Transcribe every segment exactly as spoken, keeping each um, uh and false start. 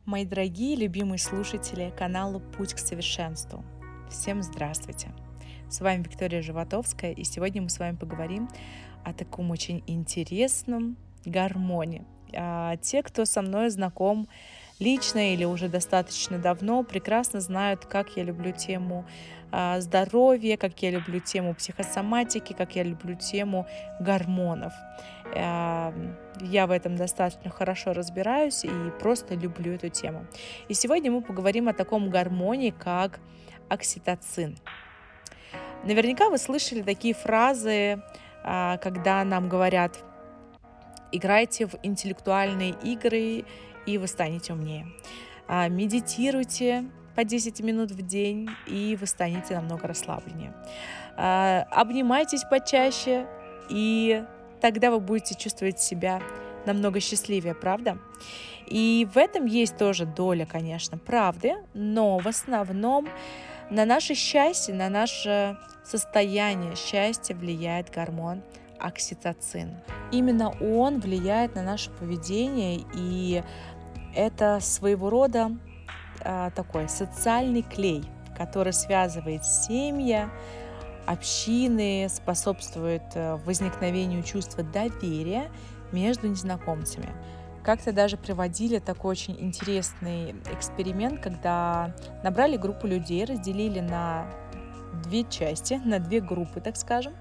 Мои дорогие любимые слушатели канала «Путь к совершенству». Всем здравствуйте! С вами Виктория Животовская, и сегодня мы с вами поговорим о таком очень интересном гормоне. А те, кто со мной знаком лично или уже достаточно давно, прекрасно знают, как я люблю тему а, здоровья, как я люблю тему психосоматики, как я люблю тему гормонов. А, я в этом достаточно хорошо разбираюсь и просто люблю эту тему. И сегодня мы поговорим о таком гормоне, как окситоцин. Наверняка вы слышали такие фразы, а, когда нам говорят: играйте в интеллектуальные игры, и вы станете умнее. А, медитируйте по десять минут в день, и вы станете намного расслабленнее. А, обнимайтесь почаще, и тогда вы будете чувствовать себя намного счастливее, правда? И в этом есть тоже доля, конечно, правды, но в основном на наше счастье, на наше состояние счастья влияет гормон окситоцин. Именно он влияет на наше поведение, и это своего рода а, такой социальный клей, который связывает семьи, общины, способствует возникновению чувства доверия между незнакомцами. Как-то даже проводили такой очень интересный эксперимент, когда набрали группу людей, разделили на две части, на две группы, так скажем,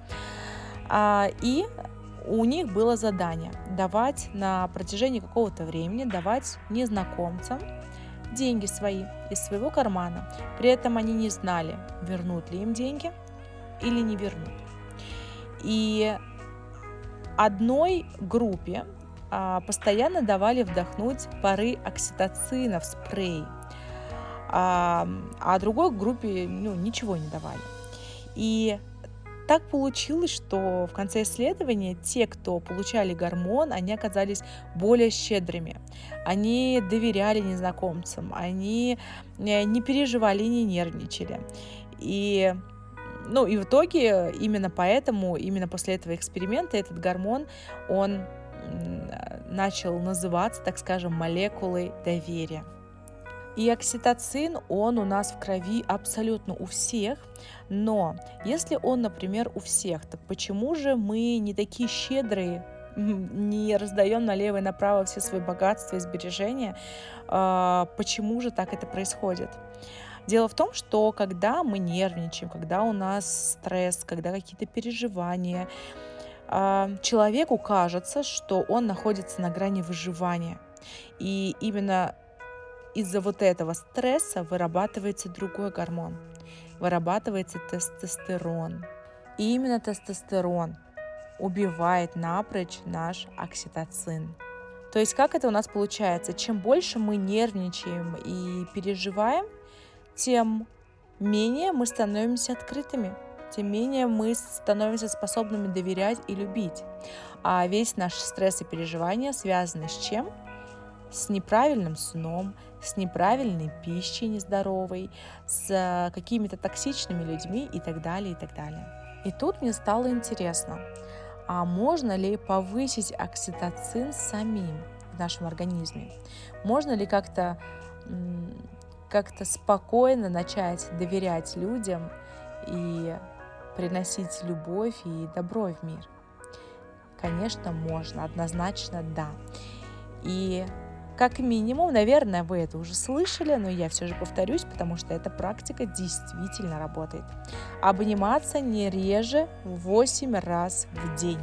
и у них было задание давать на протяжении какого-то времени, давать незнакомцам деньги свои из своего кармана. При этом они не знали, вернут ли им деньги или не вернут. И одной группе а, постоянно давали вдохнуть пары окситоцина в спрей, а, а другой группе ну, ничего не давали. И так получилось, что в конце исследования те, кто получали гормон, они оказались более щедрыми. Они доверяли незнакомцам, они не переживали, не нервничали. И, ну, и в итоге именно поэтому, именно после этого эксперимента этот гормон, он начал называться, так скажем, молекулой доверия. И окситоцин, он у нас в крови абсолютно у всех, но если он, например, у всех, так почему же мы не такие щедрые, не раздаем налево и направо все свои богатства и сбережения? Почему же так это происходит? Дело в том, что когда мы нервничаем, когда у нас стресс, когда какие-то переживания, человеку кажется, что он находится на грани выживания. И именно из-за вот этого стресса вырабатывается другой гормон, вырабатывается тестостерон. И именно тестостерон убивает напрочь наш окситоцин. То есть как это у нас получается? Чем больше мы нервничаем и переживаем, тем менее мы становимся открытыми, тем менее мы становимся способными доверять и любить. А весь наш стресс и переживания связаны с чем? С неправильным сном, с неправильной пищей нездоровой, с какими-то токсичными людьми и так далее, и так далее. И тут мне стало интересно, а можно ли повысить окситоцин самим в нашем организме? Можно ли как-то, как-то спокойно начать доверять людям и приносить любовь и добро в мир? Конечно, можно, однозначно да. И как минимум, наверное, вы это уже слышали, но я все же повторюсь, потому что эта практика действительно работает. Обниматься не реже восемь раз в день.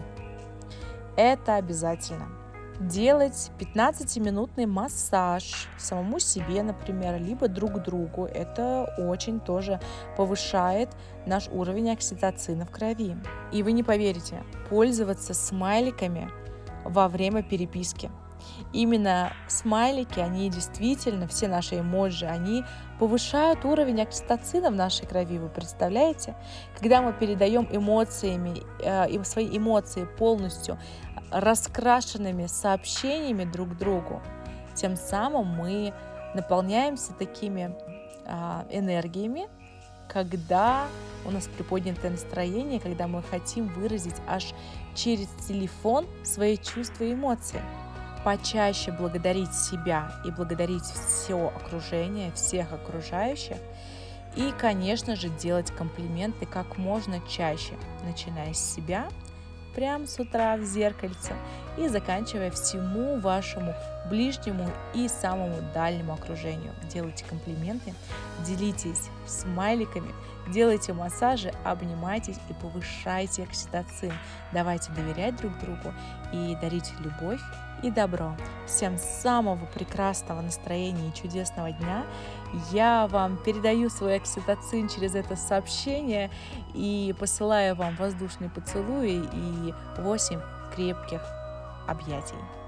Это обязательно. Делать пятнадцатиминутный массаж самому себе, например, либо друг другу. Это очень тоже повышает наш уровень окситоцина в крови. И вы не поверите, пользоваться смайликами во время переписки. Именно смайлики, они действительно, все наши эмоджи, они повышают уровень окситоцина в нашей крови, вы представляете? Когда мы передаем эмоциями, э, свои эмоции полностью раскрашенными сообщениями друг другу, тем самым мы наполняемся такими э, энергиями, когда у нас приподнятое настроение, когда мы хотим выразить аж через телефон свои чувства и эмоции. почаще благодарить себя и благодарить все окружение, всех окружающих. И, конечно же, делать комплименты как можно чаще, начиная с себя, прямо с утра в зеркальце, и заканчивая всему вашему ближнему и самому дальнему окружению. Делайте комплименты, делитесь смайликами, делайте массажи, обнимайтесь и повышайте окситоцин. Давайте доверять друг другу и дарить любовь и добро. Всем самого прекрасного настроения и чудесного дня. Я вам передаю свой окситоцин через это сообщение и посылаю вам воздушные поцелуи и восемь крепких объятий.